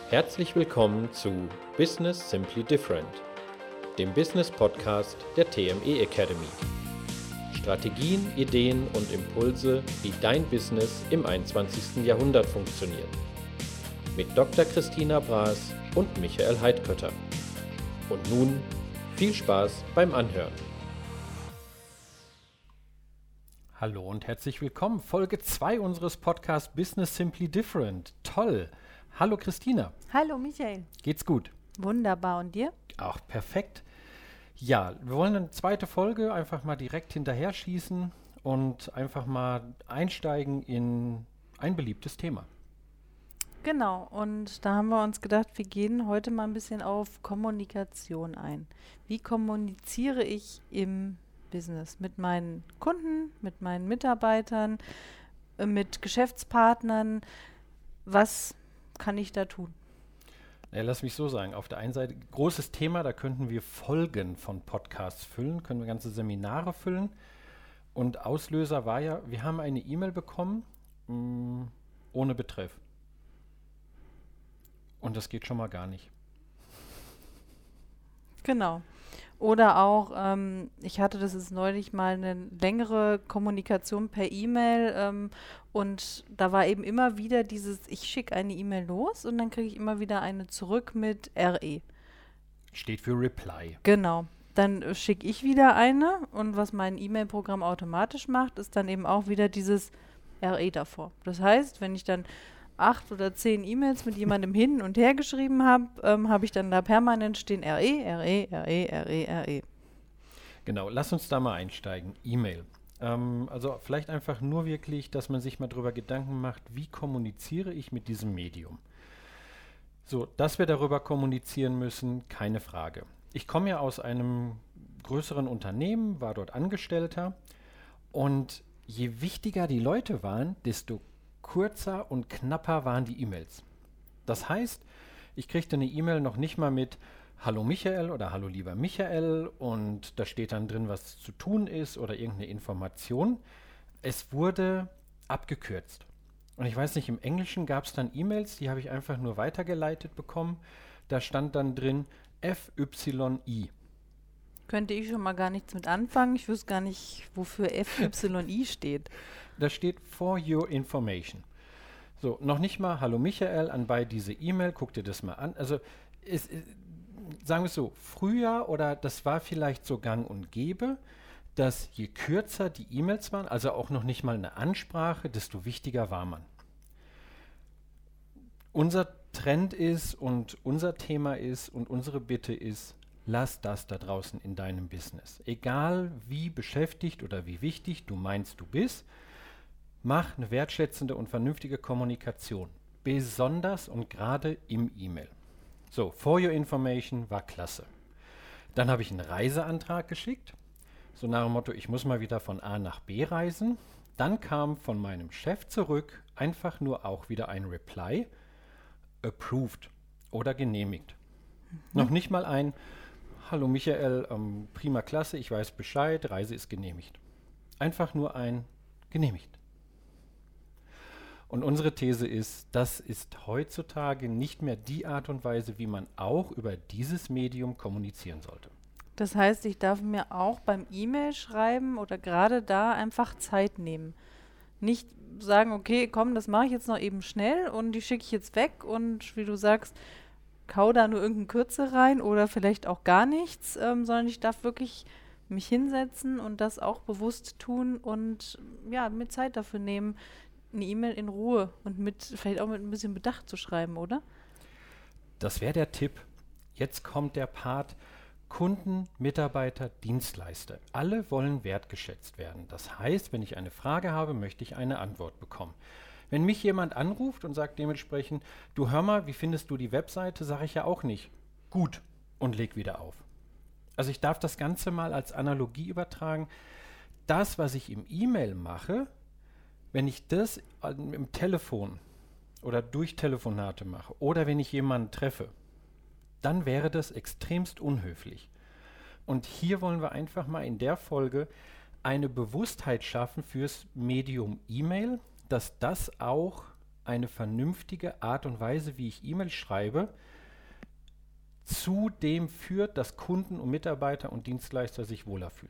Herzlich willkommen zu Business Simply Different, dem Business-Podcast der TME Academy. Strategien, Ideen und Impulse, wie dein Business im 21. Jahrhundert funktioniert. Mit Dr. Christina Braas und Michael Heidkötter. Und nun viel Spaß beim Anhören. Hallo und herzlich willkommen. Folge 2 unseres Podcasts Business Simply Different. Toll. Hallo Christina. Hallo Michael. Geht's gut? Wunderbar. Und dir? Auch perfekt. Ja, wir wollen eine zweite Folge einfach mal direkt hinterher schießen und einfach mal einsteigen in ein beliebtes Thema. Genau. Und da haben wir uns gedacht, wir gehen heute mal ein bisschen auf Kommunikation ein. Wie kommuniziere ich im Business mit meinen Kunden, mit meinen Mitarbeitern, mit Geschäftspartnern? Was kann ich da tun? Ja, lass mich so sagen, auf der einen Seite großes Thema, da könnten wir Folgen von Podcasts füllen, können wir ganze Seminare füllen. Und Auslöser war ja, wir haben eine E-Mail bekommen, ohne Betreff. Und das geht schon mal gar nicht. Genau. Oder auch, ich hatte das jetzt neulich mal eine längere Kommunikation per E-Mail und da war eben immer wieder dieses, ich schicke eine E-Mail los und dann kriege ich immer wieder eine zurück mit RE. Steht für Reply. Genau. Dann schicke ich wieder eine und was mein E-Mail-Programm automatisch macht, ist dann eben auch wieder dieses RE davor. Das heißt, wenn ich dann 8 oder 10 E-Mails mit jemandem hin und her geschrieben habe, habe ich dann da permanent stehen RE. Genau, lass uns da mal einsteigen. E-Mail. Also vielleicht einfach nur wirklich, dass man sich mal drüber Gedanken macht, wie kommuniziere ich mit diesem Medium. So, dass wir darüber kommunizieren müssen, keine Frage. Ich komme ja aus einem größeren Unternehmen, war dort Angestellter und je wichtiger die Leute waren, desto kurzer und knapper waren die E-Mails. Das heißt, ich kriegte eine E-Mail noch nicht mal mit Hallo Michael oder Hallo lieber Michael und da steht dann drin, was zu tun ist oder irgendeine Information. Es wurde abgekürzt. Und ich weiß nicht, im Englischen gab es dann E-Mails, die habe ich einfach nur weitergeleitet bekommen. Da stand dann drin FYI. Könnte ich schon mal gar nichts mit anfangen. Ich wüsste gar nicht, wofür FYI steht. Da steht For Your Information. So, noch nicht mal Hallo Michael, anbei diese E-Mail, guck dir das mal an. Also, sagen wir es so, früher oder das war vielleicht so gang und gäbe, dass je kürzer die E-Mails waren, also auch noch nicht mal eine Ansprache, desto wichtiger war man. Unser Trend ist und unser Thema ist und unsere Bitte ist, lass das da draußen in deinem Business. Egal wie beschäftigt oder wie wichtig du meinst, du bist, mach eine wertschätzende und vernünftige Kommunikation. Besonders und gerade im E-Mail. So, For Your Information war klasse. Dann habe ich einen Reiseantrag geschickt. So nach dem Motto, ich muss mal wieder von A nach B reisen. Dann kam von meinem Chef zurück einfach nur auch wieder ein Reply. Approved oder genehmigt. Noch nicht mal ein Hallo Michael, prima klasse, ich weiß Bescheid, Reise ist genehmigt. Einfach nur ein genehmigt. Und unsere These ist, das ist heutzutage nicht mehr die Art und Weise, wie man auch über dieses Medium kommunizieren sollte. Das heißt, ich darf mir auch beim E-Mail schreiben oder gerade da einfach Zeit nehmen. Nicht sagen, okay, komm, das mache ich jetzt noch eben schnell und die schicke ich jetzt weg und wie du sagst, kau da nur irgendeine Kürze rein oder vielleicht auch gar nichts, sondern ich darf wirklich mich hinsetzen und das auch bewusst tun und ja, mir Zeit dafür nehmen, eine E-Mail in Ruhe und vielleicht auch mit ein bisschen Bedacht zu schreiben, oder? Das wäre der Tipp. Jetzt kommt der Part Kunden, Mitarbeiter, Dienstleister. Alle wollen wertgeschätzt werden. Das heißt, wenn ich eine Frage habe, möchte ich eine Antwort bekommen. Wenn mich jemand anruft und sagt dementsprechend, du hör mal, wie findest du die Webseite, sage ich ja auch nicht, gut und leg wieder auf. Also ich darf das Ganze mal als Analogie übertragen. Das, was ich im E-Mail mache, wenn ich das im Telefon oder durch Telefonate mache oder wenn ich jemanden treffe, dann wäre das extremst unhöflich. Und hier wollen wir einfach mal in der Folge eine Bewusstheit schaffen fürs Medium E-Mail, dass das auch eine vernünftige Art und Weise, wie ich E-Mails schreibe, zu dem führt, dass Kunden und Mitarbeiter und Dienstleister sich wohler fühlen.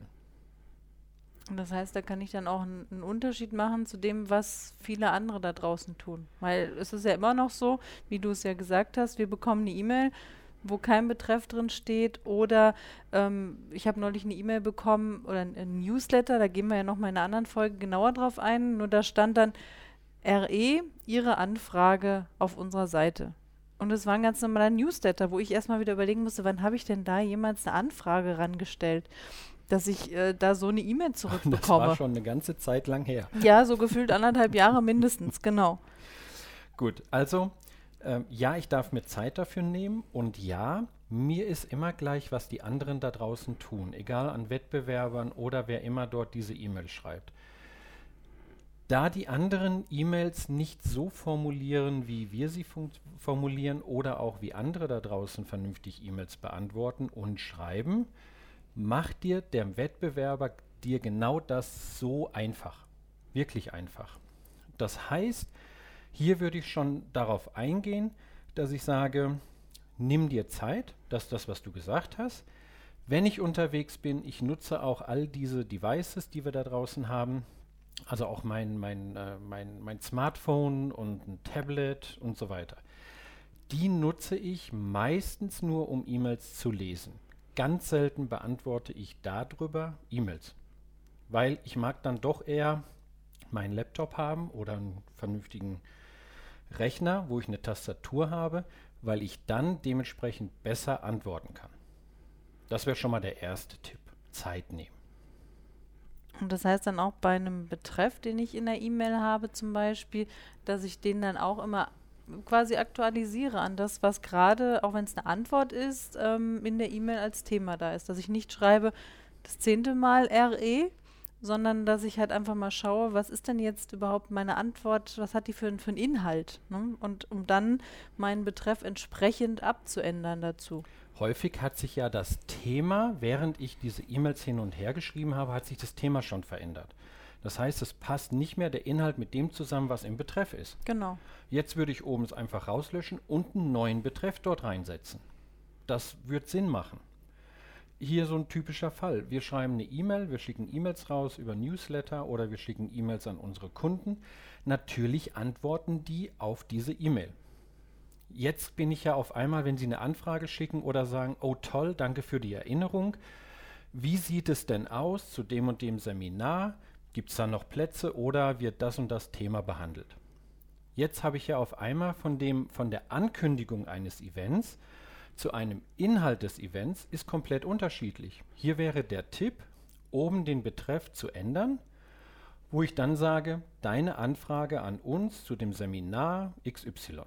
Und das heißt, da kann ich dann auch einen Unterschied machen zu dem, was viele andere da draußen tun. Weil es ist ja immer noch so, wie du es ja gesagt hast, wir bekommen eine E-Mail, wo kein Betreff drin steht, oder ich habe neulich eine E-Mail bekommen oder ein Newsletter, da gehen wir ja nochmal in einer anderen Folge genauer drauf ein, nur da stand dann RE, Ihre Anfrage auf unserer Seite. Und es war ein ganz normaler Newsletter, wo ich erstmal wieder überlegen musste, wann habe ich denn da jemals eine Anfrage rangestellt, dass ich da so eine E-Mail zurückbekomme. Das war schon eine ganze Zeit lang her. Ja, so gefühlt 1,5 Jahre mindestens, genau. Gut, also ja, ich darf mir Zeit dafür nehmen und ja, mir ist immer gleich, was die anderen da draußen tun, egal an Wettbewerbern oder wer immer dort diese E-Mail schreibt. Da die anderen E-Mails nicht so formulieren, wie wir sie formulieren oder auch wie andere da draußen vernünftig E-Mails beantworten und schreiben, macht dir der Wettbewerber dir genau das so einfach. Wirklich einfach. Das heißt, hier würde ich schon darauf eingehen, dass ich sage, nimm dir Zeit, das ist das, was du gesagt hast. Wenn ich unterwegs bin, ich nutze auch all diese Devices, die wir da draußen haben, also auch mein Smartphone und ein Tablet und so weiter. Die nutze ich meistens nur, um E-Mails zu lesen. Ganz selten beantworte ich darüber E-Mails, weil ich mag dann doch eher meinen Laptop haben oder einen vernünftigen Rechner, wo ich eine Tastatur habe, weil ich dann dementsprechend besser antworten kann. Das wäre schon mal der erste Tipp. Zeit nehmen. Und das heißt dann auch bei einem Betreff, den ich in der E-Mail habe zum Beispiel, dass ich den dann auch immer quasi aktualisiere an das, was gerade, auch wenn es eine Antwort ist, in der E-Mail als Thema da ist. Dass ich nicht schreibe, das 10. Mal RE, sondern dass ich halt einfach mal schaue, was ist denn jetzt überhaupt meine Antwort, was hat die für einen Inhalt, ne? Und um dann meinen Betreff entsprechend abzuändern dazu. Häufig hat sich ja das Thema, während ich diese E-Mails hin und her geschrieben habe, hat sich das Thema schon verändert. Das heißt, es passt nicht mehr der Inhalt mit dem zusammen, was im Betreff ist. Genau. Jetzt würde ich oben es einfach rauslöschen und einen neuen Betreff dort reinsetzen. Das wird Sinn machen. Hier so ein typischer Fall. Wir schreiben eine E-Mail, wir schicken E-Mails raus über Newsletter oder wir schicken E-Mails an unsere Kunden. Natürlich antworten die auf diese E-Mail. Jetzt bin ich ja auf einmal, wenn Sie eine Anfrage schicken oder sagen, oh toll, danke für die Erinnerung. Wie sieht es denn aus zu dem und dem Seminar? Gibt es da noch Plätze oder wird das und das Thema behandelt? Jetzt habe ich ja auf einmal von der Ankündigung eines Events zu einem Inhalt des Events ist komplett unterschiedlich. Hier wäre der Tipp, oben den Betreff zu ändern, wo ich dann sage, deine Anfrage an uns zu dem Seminar XY.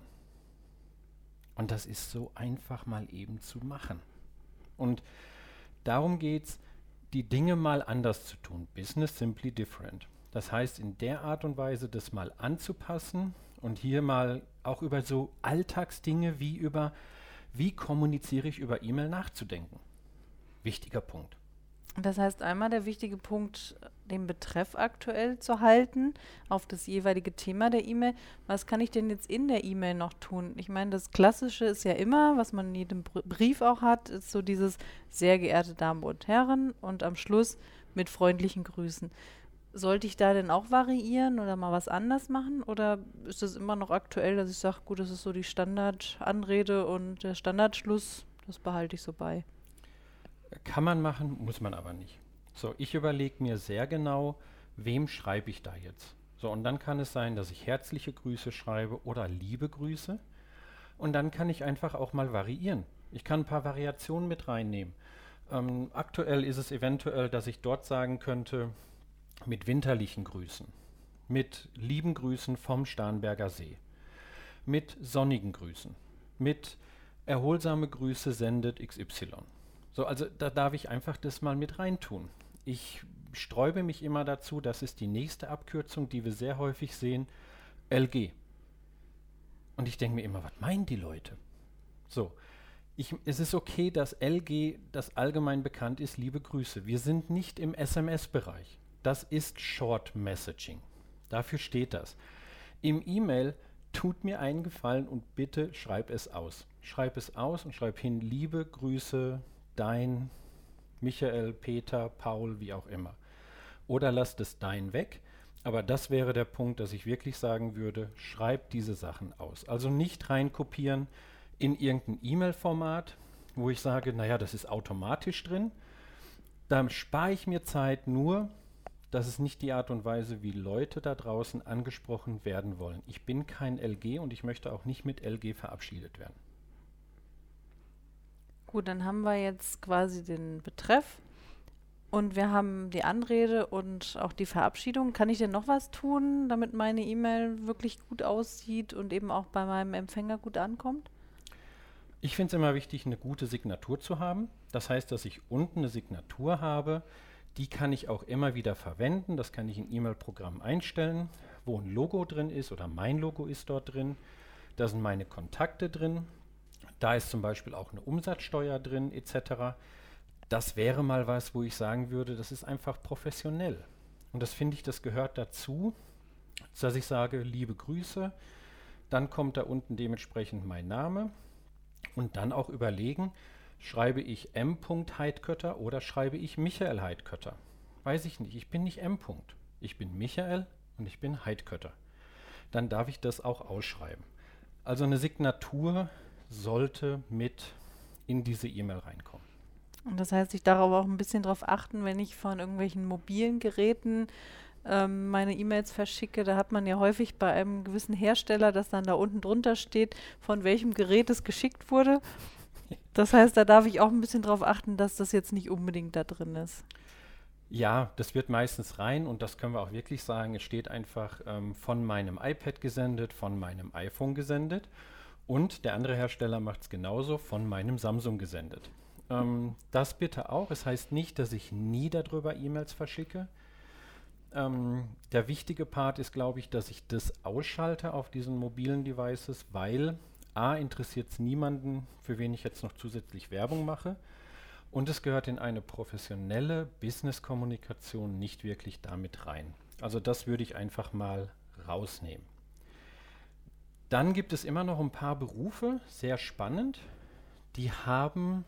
Und das ist so einfach mal eben zu machen. Und darum geht es, die Dinge mal anders zu tun. Business simply different. Das heißt, in der Art und Weise das mal anzupassen und hier mal auch über so Alltagsdinge wie kommuniziere ich über E-Mail nachzudenken. Wichtiger Punkt. Das heißt einmal der wichtige Punkt, den Betreff aktuell zu halten auf das jeweilige Thema der E-Mail. Was kann ich denn jetzt in der E-Mail noch tun? Ich meine, das Klassische ist ja immer, was man in jedem Brief auch hat, ist so dieses sehr geehrte Damen und Herren und am Schluss mit freundlichen Grüßen. Sollte ich da denn auch variieren oder mal was anders machen? Oder ist das immer noch aktuell, dass ich sage, gut, das ist so die Standardanrede und der Standardschluss, das behalte ich so bei? Kann man machen, muss man aber nicht. So, ich überlege mir sehr genau, wem schreibe ich da jetzt? So, und dann kann es sein, dass ich herzliche Grüße schreibe oder liebe Grüße. Und dann kann ich einfach auch mal variieren. Ich kann ein paar Variationen mit reinnehmen. Aktuell ist es eventuell, dass ich dort sagen könnte, mit winterlichen Grüßen, mit lieben Grüßen vom Starnberger See, mit sonnigen Grüßen, mit erholsame Grüße sendet XY. So, also da darf ich einfach das mal mit reintun. Ich sträube mich immer dazu, das ist die nächste Abkürzung, die wir sehr häufig sehen, LG. Und ich denke mir immer, was meinen die Leute? So, es ist okay, dass LG, das allgemein bekannt ist, liebe Grüße. Wir sind nicht im SMS-Bereich. Das ist Short Messaging. Dafür steht das. Im E-Mail tut mir einen Gefallen und bitte schreib es aus. Schreib es aus und schreib hin, liebe Grüße, dein Michael, Peter, Paul, wie auch immer. Oder lasst es dein weg. Aber das wäre der Punkt, dass ich wirklich sagen würde, schreib diese Sachen aus. Also nicht reinkopieren in irgendein E-Mail-Format, wo ich sage, naja, das ist automatisch drin. Da spare ich mir Zeit, nur das ist nicht die Art und Weise, wie Leute da draußen angesprochen werden wollen. Ich bin kein LG und ich möchte auch nicht mit LG verabschiedet werden. Gut, dann haben wir jetzt quasi den Betreff und wir haben die Anrede und auch die Verabschiedung. Kann ich denn noch was tun, damit meine E-Mail wirklich gut aussieht und eben auch bei meinem Empfänger gut ankommt? Ich finde es immer wichtig, eine gute Signatur zu haben. Das heißt, dass ich unten eine Signatur habe, die kann ich auch immer wieder verwenden. Das kann ich in E-Mail-Programmen einstellen, wo ein Logo drin ist oder mein Logo ist dort drin. Da sind meine Kontakte drin. Da ist zum Beispiel auch eine Umsatzsteuer drin etc. Das wäre mal was, wo ich sagen würde, das ist einfach professionell. Und das finde ich, das gehört dazu, dass ich sage, liebe Grüße. Dann kommt da unten dementsprechend mein Name. Und dann auch überlegen, schreibe ich M. Heidkötter oder schreibe ich Michael Heidkötter? Weiß ich nicht, ich bin nicht M. Ich bin Michael und ich bin Heidkötter. Dann darf ich das auch ausschreiben. Also eine Signatur sollte mit in diese E-Mail reinkommen. Und das heißt, ich darf aber auch ein bisschen darauf achten, wenn ich von irgendwelchen mobilen Geräten meine E-Mails verschicke. Da hat man ja häufig bei einem gewissen Hersteller, dass dann da unten drunter steht, von welchem Gerät es geschickt wurde. Das heißt, da darf ich auch ein bisschen darauf achten, dass das jetzt nicht unbedingt da drin ist. Ja, das wird meistens rein und das können wir auch wirklich sagen. Es steht einfach von meinem iPad gesendet, von meinem iPhone gesendet und der andere Hersteller macht es genauso, von meinem Samsung gesendet. Das bitte auch. Es heißt nicht, dass ich nie darüber E-Mails verschicke. Der wichtige Part ist, glaube ich, dass ich das ausschalte auf diesen mobilen Devices, weil A, interessiert es niemanden, für wen ich jetzt noch zusätzlich Werbung mache. Und es gehört in eine professionelle Business-Kommunikation nicht wirklich damit rein. Also das würde ich einfach mal rausnehmen. Dann gibt es immer noch ein paar Berufe, sehr spannend, die haben,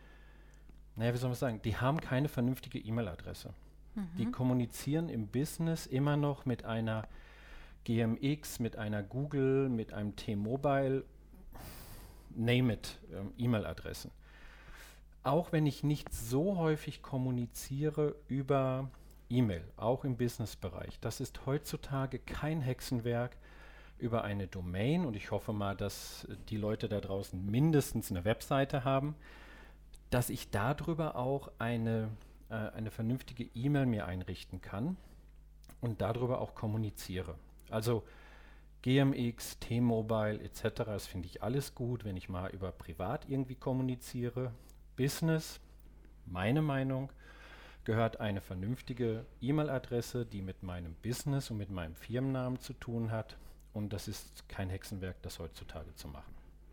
wie soll man sagen, die haben keine vernünftige E-Mail-Adresse. Die kommunizieren im Business immer noch mit einer GMX, mit einer Google, mit einem T-Mobile, name it, E-Mail-Adressen. Auch wenn ich nicht so häufig kommuniziere über E-Mail, auch im Business-Bereich. Das ist heutzutage kein Hexenwerk über eine Domain und ich hoffe mal, dass die Leute da draußen mindestens eine Webseite haben, dass ich darüber auch eine vernünftige E-Mail mir einrichten kann und darüber auch kommuniziere. Also GMX, T-Mobile etc., das finde ich alles gut, wenn ich mal über privat irgendwie kommuniziere. Business, meine Meinung, gehört eine vernünftige E-Mail-Adresse, die mit meinem Business und mit meinem Firmennamen zu tun hat. Und das ist kein Hexenwerk, das heutzutage zu machen.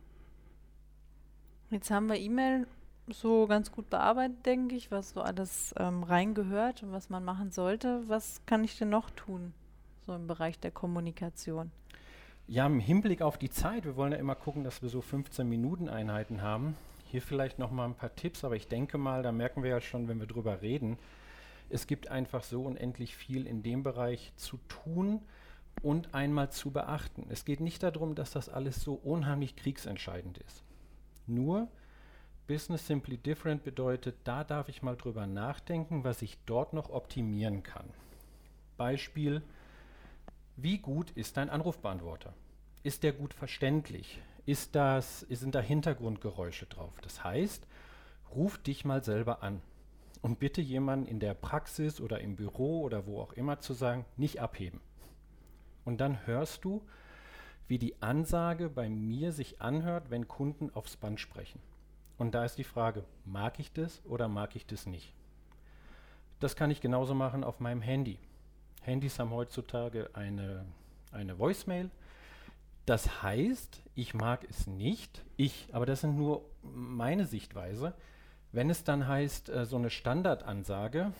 Jetzt haben wir E-Mail so ganz gut bearbeitet, denke ich, was so alles reingehört und was man machen sollte. Was kann ich denn noch tun, so im Bereich der Kommunikation? Ja, im Hinblick auf die Zeit, wir wollen ja immer gucken, dass wir so 15-Minuten-Einheiten haben. Hier vielleicht noch mal ein paar Tipps, aber ich denke mal, da merken wir ja schon, wenn wir drüber reden, es gibt einfach so unendlich viel in dem Bereich zu tun und einmal zu beachten. Es geht nicht darum, dass das alles so unheimlich kriegsentscheidend ist. Nur Business Simply Different bedeutet, da darf ich mal drüber nachdenken, was ich dort noch optimieren kann. Beispiel, wie gut ist dein Anrufbeantworter? Ist der gut verständlich? Sind da Hintergrundgeräusche drauf? Das heißt, ruf dich mal selber an und bitte jemanden in der Praxis oder im Büro oder wo auch immer zu sagen, nicht abheben. Und dann hörst du, wie die Ansage bei mir sich anhört, wenn Kunden aufs Band sprechen. Und da ist die Frage, mag ich das oder mag ich das nicht? Das kann ich genauso machen auf meinem Handy. Handys haben heutzutage eine Voicemail. Das heißt, ich mag es nicht, aber das sind nur meine Sichtweise, wenn es dann heißt, so eine Standardansage,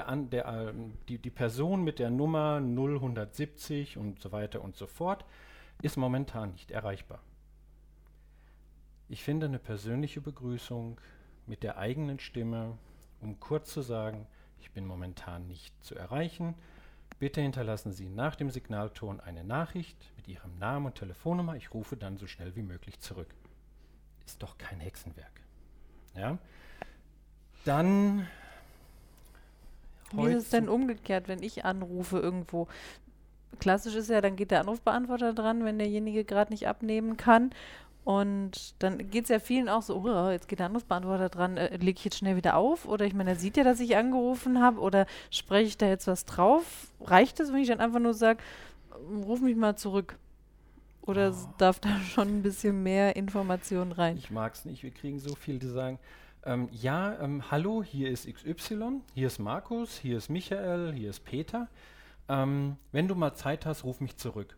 die Person mit der Nummer 0170 und so weiter und so fort, ist momentan nicht erreichbar. Ich finde eine persönliche Begrüßung mit der eigenen Stimme, um kurz zu sagen, ich bin momentan nicht zu erreichen. Bitte hinterlassen Sie nach dem Signalton eine Nachricht mit Ihrem Namen und Telefonnummer. Ich rufe dann so schnell wie möglich zurück. Ist doch kein Hexenwerk. Ja? Dann Wie ist es denn umgekehrt, wenn ich anrufe irgendwo? Klassisch ist ja, dann geht der Anrufbeantworter dran, wenn derjenige gerade nicht abnehmen kann. Und dann geht es ja vielen auch so, oh, jetzt geht der Anrufbeantworter dran, lege ich jetzt schnell wieder auf? Oder ich meine, er sieht ja, dass ich angerufen habe. Oder spreche ich da jetzt was drauf? Reicht es, wenn ich dann einfach nur sage, ruf mich mal zurück? Oder darf da schon ein bisschen mehr Information rein? Ich mag es nicht, wir kriegen so viel, die sagen, hallo, hier ist XY, hier ist Markus, hier ist Michael, hier ist Peter. Wenn du mal Zeit hast, ruf mich zurück.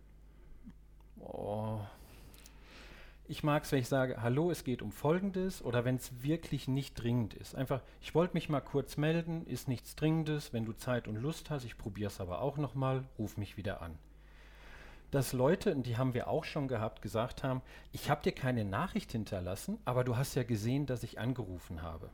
Ich mag es, wenn ich sage, hallo, es geht um Folgendes, oder wenn es wirklich nicht dringend ist. Einfach, ich wollte mich mal kurz melden, ist nichts Dringendes, wenn du Zeit und Lust hast, ich probiere es aber auch nochmal, ruf mich wieder an. Dass Leute, und die haben wir auch schon gehabt, gesagt haben, ich habe dir keine Nachricht hinterlassen, aber du hast ja gesehen, dass ich angerufen habe.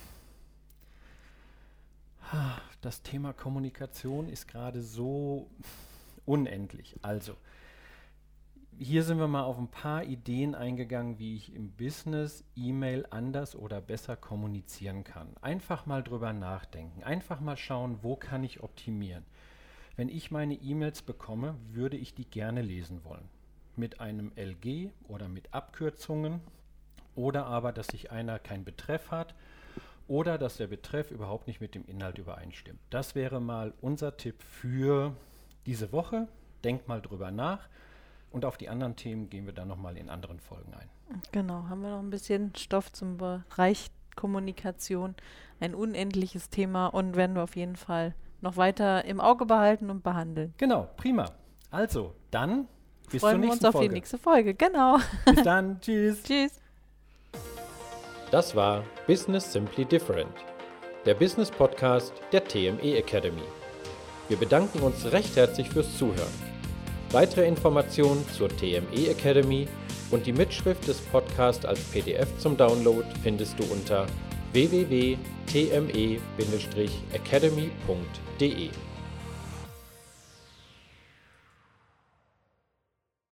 Das Thema Kommunikation ist gerade so unendlich. Also, hier sind wir mal auf ein paar Ideen eingegangen, wie ich im Business E-Mail anders oder besser kommunizieren kann. Einfach mal drüber nachdenken, einfach mal schauen, wo kann ich optimieren. Wenn ich meine E-Mails bekomme, würde ich die gerne lesen wollen. Mit einem LG oder mit Abkürzungen oder aber, dass sich einer keinen Betreff hat oder dass der Betreff überhaupt nicht mit dem Inhalt übereinstimmt. Das wäre mal unser Tipp für diese Woche. Denkt mal drüber nach und auf die anderen Themen gehen wir dann nochmal in anderen Folgen ein. Genau, haben wir noch ein bisschen Stoff zum Bereich Kommunikation. Ein unendliches Thema und werden wir auf jeden Fall noch weiter im Auge behalten und behandeln. Genau, prima. Also, dann bis Freuen zur wir nächsten uns auf Folge. die nächste Folge. Genau. Bis dann. Tschüss. Tschüss. Das war Business Simply Different, der Business Podcast der TME Academy. Wir bedanken uns recht herzlich fürs Zuhören. Weitere Informationen zur TME Academy und die Mitschrift des Podcasts als PDF zum Download findest du unter www.tme-academy.de.